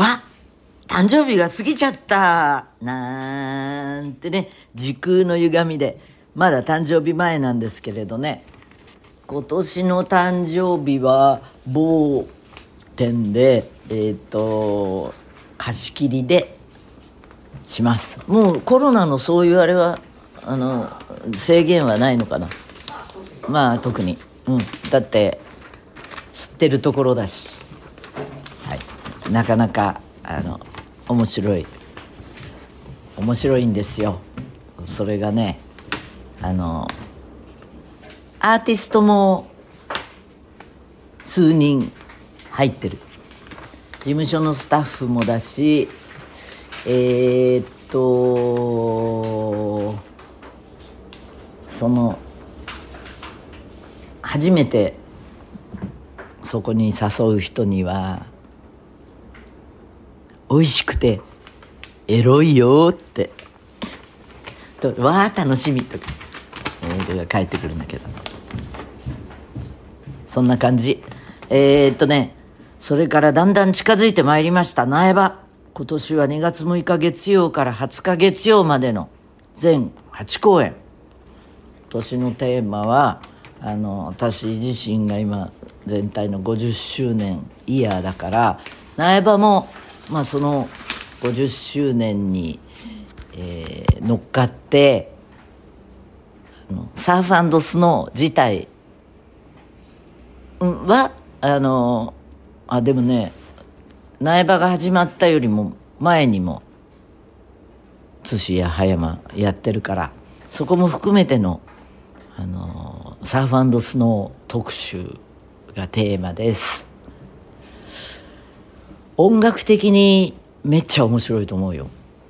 わ、誕生日が過ぎちゃったなんてね、時空の歪みでまだ誕生日前なんですけれどね、今年の誕生日は某店で貸し切りでします。もうコロナのそういうあれは制限はないのかな。まあ特に、だって知ってるところだし、はい、なかなか面白いんですよ。それがね、アーティストも数人入ってる。事務所のスタッフもだし、その初めてそこに誘う人には美味しくてエロいよってわあ楽しみとかメールが返ってくるんだけど、そんな感じ。それからだんだん近づいてまいりました苗場。今年は2月6日月曜から20日月曜までの全8公演。今年のテーマは私自身が今全体の50周年イヤーだから、苗場もその50周年に、乗っかってサーフ&スノー自体はでもね、苗場が始まったよりも前にも津市や葉山やってるから、そこも含めてのサーフ&スノー特集がテーマです。音楽的にめっちゃ面白いと思うよ。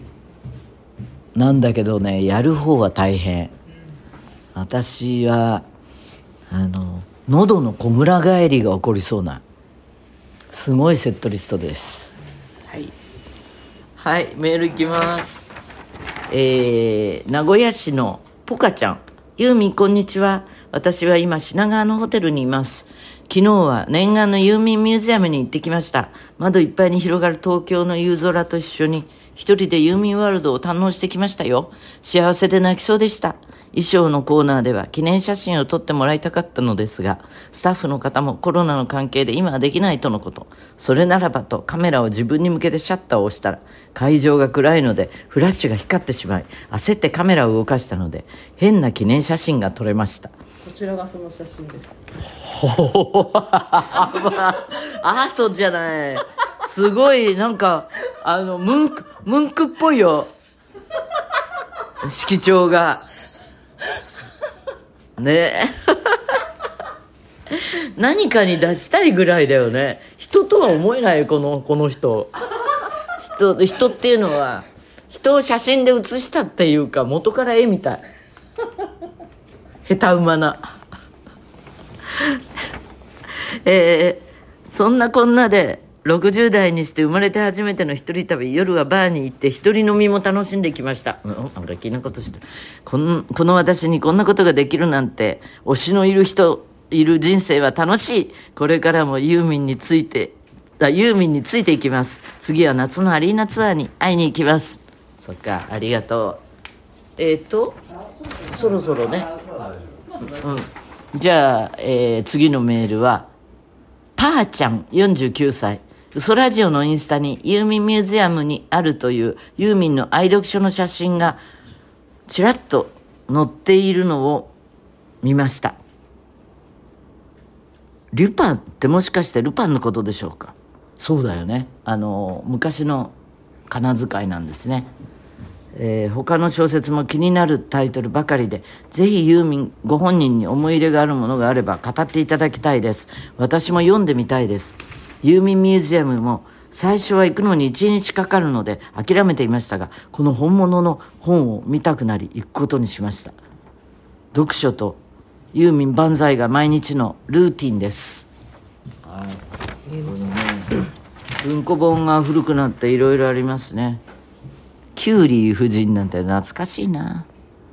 なんだけどね、やる方は大変。私は喉のこむら返りが起こりそうなすごいセットリストです。はい、メールいきます。名古屋市のポカちゃん。ユーミンこんにちは。私は今品川のホテルにいます。昨日は念願のユーミンミュージアムに行ってきました。窓いっぱいに広がる東京の夕空と一緒に一人でユーミンワールドを堪能してきましたよ。幸せで泣きそうでした。衣装のコーナーでは記念写真を撮ってもらいたかったのですが、スタッフの方もコロナの関係で今はできないとのこと。それならばとカメラを自分に向けてシャッターを押したら、会場が暗いのでフラッシュが光ってしまい、焦ってカメラを動かしたので変な記念写真が撮れました。 こちらがその写真です。 アートじゃない。すごいなんかムンクっぽいよ。色調がね何かに出したいぐらいだよね。人とは思えないこの人っていうのは人を写真で写したっていうか、元から絵みたい。下手馬なそんなこんなで60代にして生まれて初めての一人旅、夜はバーに行って一人飲みも楽しんできました。なんか気なことしてる。この私にこんなことができるなんて、推しのいる人生は楽しい。これからもユーミンについていきます。次は夏のアリーナツアーに会いに行きます。そっか、ありがとう。そろそろね、じゃあ、次のメールはパーちゃん49歳。嘘ラジオのインスタにユーミンミュージアムにあるというユーミンの愛読書の写真がちらっと載っているのを見ました。ルパンってもしかしてルパンのことでしょうか。そうだよね。昔の仮名遣いなんですね。他の小説も気になるタイトルばかりで、ぜひユーミンご本人に思い入れがあるものがあれば語っていただきたいです。私も読んでみたいです。ユーミンミュージアムも最初は行くのに1日かかるので諦めていましたが、この本物の本を見たくなり行くことにしました。読書とユーミン万歳が毎日のルーティンです。はい、そうね。文庫本が古くなっていろいろありますね。キュウリ夫人なんて懐かしいな。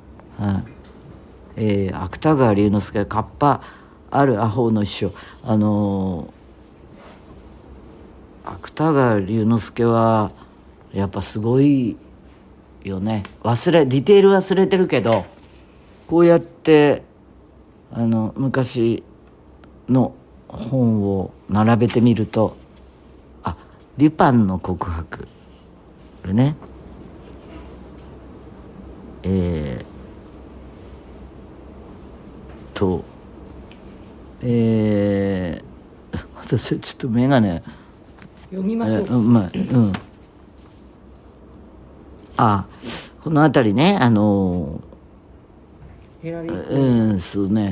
芥川龍之介、カッパあるアホの秘書。 芥川龍之介はやっぱすごいよね。ディテール忘れてるけど、こうやって昔の本を並べてみると、デュパンの告白、これね、私ちょっと眼鏡読みましょうか。 この辺りね、 ヘラリーそうね、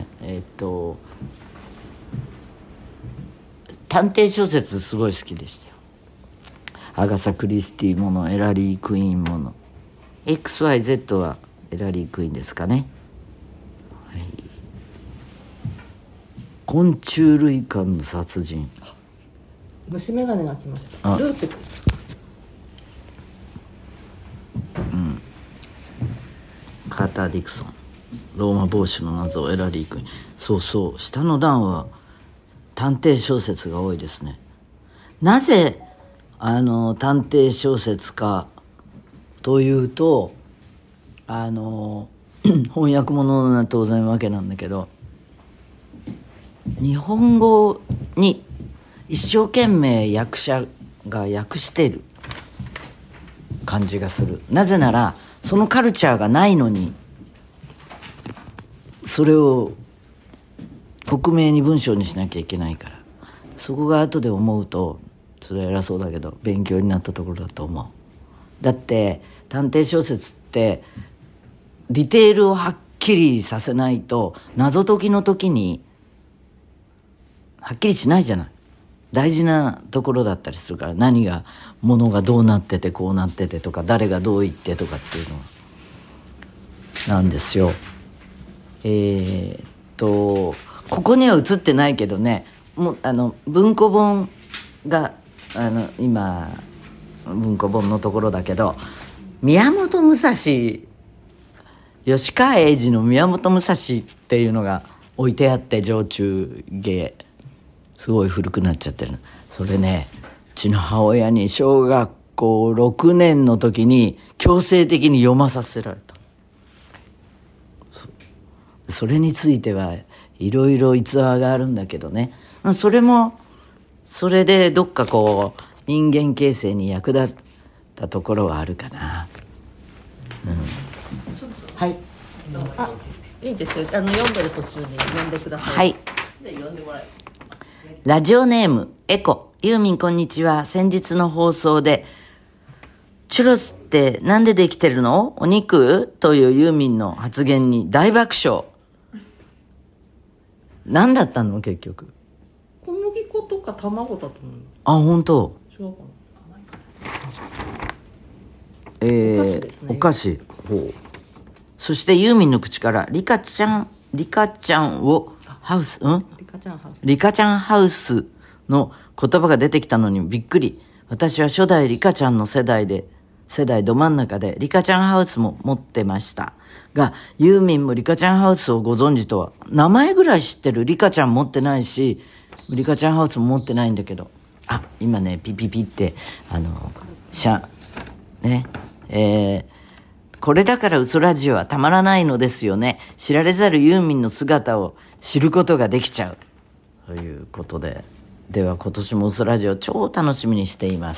探偵小説すごい好きでしたよ。アガサ・クリスティもの、エラリー・クイーンもの、 XYZ はエラリー・クイーンですかね。はい、昆虫類館の殺人、 虫眼鏡が来ました。ルーペカーター・ディクソン、ローマ帽子の謎をエラリー・クイーン。そうそう、下の段は探偵小説が多いですね。なぜ探偵小説かというと、翻訳物な当然わけなんだけど、日本語に一生懸命役者が訳している感じがする。なぜならそのカルチャーがないのに、それを克明に文章にしなきゃいけないから、そこが後で思うと、それは偉そうだけど勉強になったところだと思う。だって探偵小説ってディテールをはっきりさせないと謎解きの時にはっきりしないじゃない。大事なところだったりするから、物がどうなっててこうなっててとか、誰がどう言ってとかっていうのなんですよ。ここには映ってないけどね、もう文庫本が今文庫本のところだけど、宮本武蔵、吉川英治の宮本武蔵っていうのが置いてあって、上中下すごい古くなっちゃってる。それね、うちの母親に小学校6年の時に強制的に読まさせられた。それについてはいろいろ逸話があるんだけどね、それでどっかこう人間形成に役立ったところはあるかな。はい、 いいですよ。読んでる途中に読んでください。 はい。ラジオネームエコ、ユーミンこんにちは。先日の放送でチュロスってなんでできてるの？お肉？というユーミンの発言に大爆笑。何だったの結局？ 小麦粉とか卵だと思います。 本当？ 違うかな。 お菓子ですね。お菓子。ほう。そしてユーミンの口からリカちゃんをハウス、リカちゃんハウスの言葉が出てきたのにびっくり。私は初代リカちゃんの世代ど真ん中でリカちゃんハウスも持ってましたが、ユーミンもリカちゃんハウスをご存知とは。名前ぐらい知ってる。リカちゃん持ってないし、リカちゃんハウスも持ってないんだけど、今ねピピピってこれだから嘘ラジオはたまらないのですよね。知られざるユーミンの姿を知ることができちゃうということで、では今年も嘘ラジオ超楽しみにしています。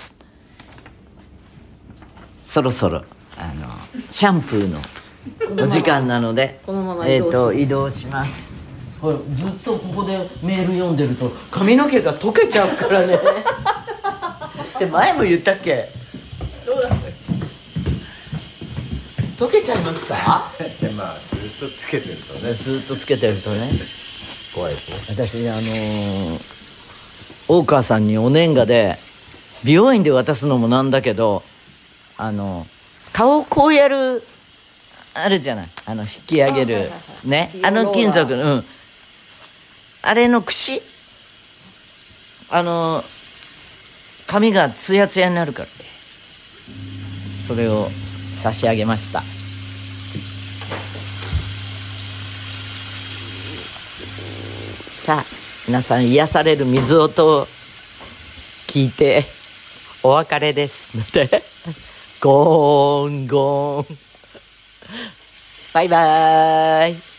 そろそろシャンプーのお時間なので、 このまま移動します。ずっとここでメール読んでると髪の毛が溶けちゃうからねで前も言ったっけ？ どうだったっ溶けちゃいますか？ ずっとつけてるとね。 ずっとつけてるとね。 怖いですね。 私大川さんにお年賀で美容院で渡すのもなんだけど、顔をこうやるあるじゃない、引き上げるね、金属の、あれの櫛、髪がツヤツヤになるから、それを差し上げました。さあ皆さん、癒される水音を聞いてお別れですのでゴーンゴーンバイバーイ。